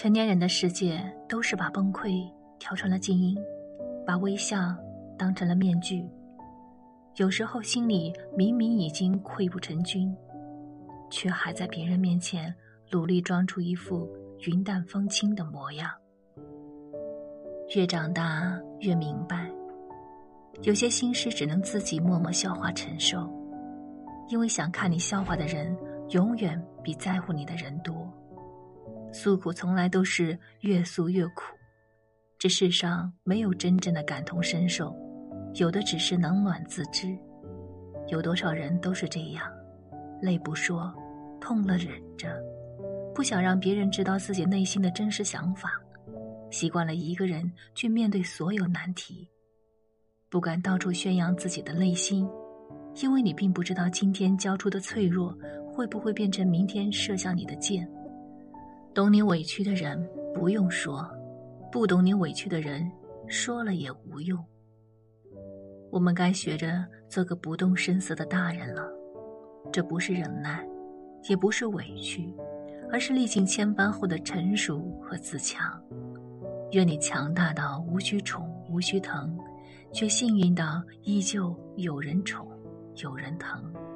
成年人的世界都是把崩溃调成了静音，把微笑当成了面具。有时候心里明明已经溃不成军，却还在别人面前努力装出一副云淡风轻的模样。越长大越明白，有些心事只能自己默默消化承受，因为想看你笑话的人永远比在乎你的人多。诉苦从来都是越诉越苦，这世上没有真正的感同身受，有的只是冷暖自知。有多少人都是这样，泪不说，痛了忍着，不想让别人知道自己内心的真实想法，习惯了一个人去面对所有难题，不敢到处宣扬自己的内心，因为你并不知道今天交出的脆弱会不会变成明天射向你的箭。懂你委屈的人不用说，不懂你委屈的人说了也无用。我们该学着做个不动声色的大人了，这不是忍耐，也不是委屈，而是历尽千帆后的成熟和自强。愿你强大到无需宠无需疼，却幸运到依旧有人宠有人疼。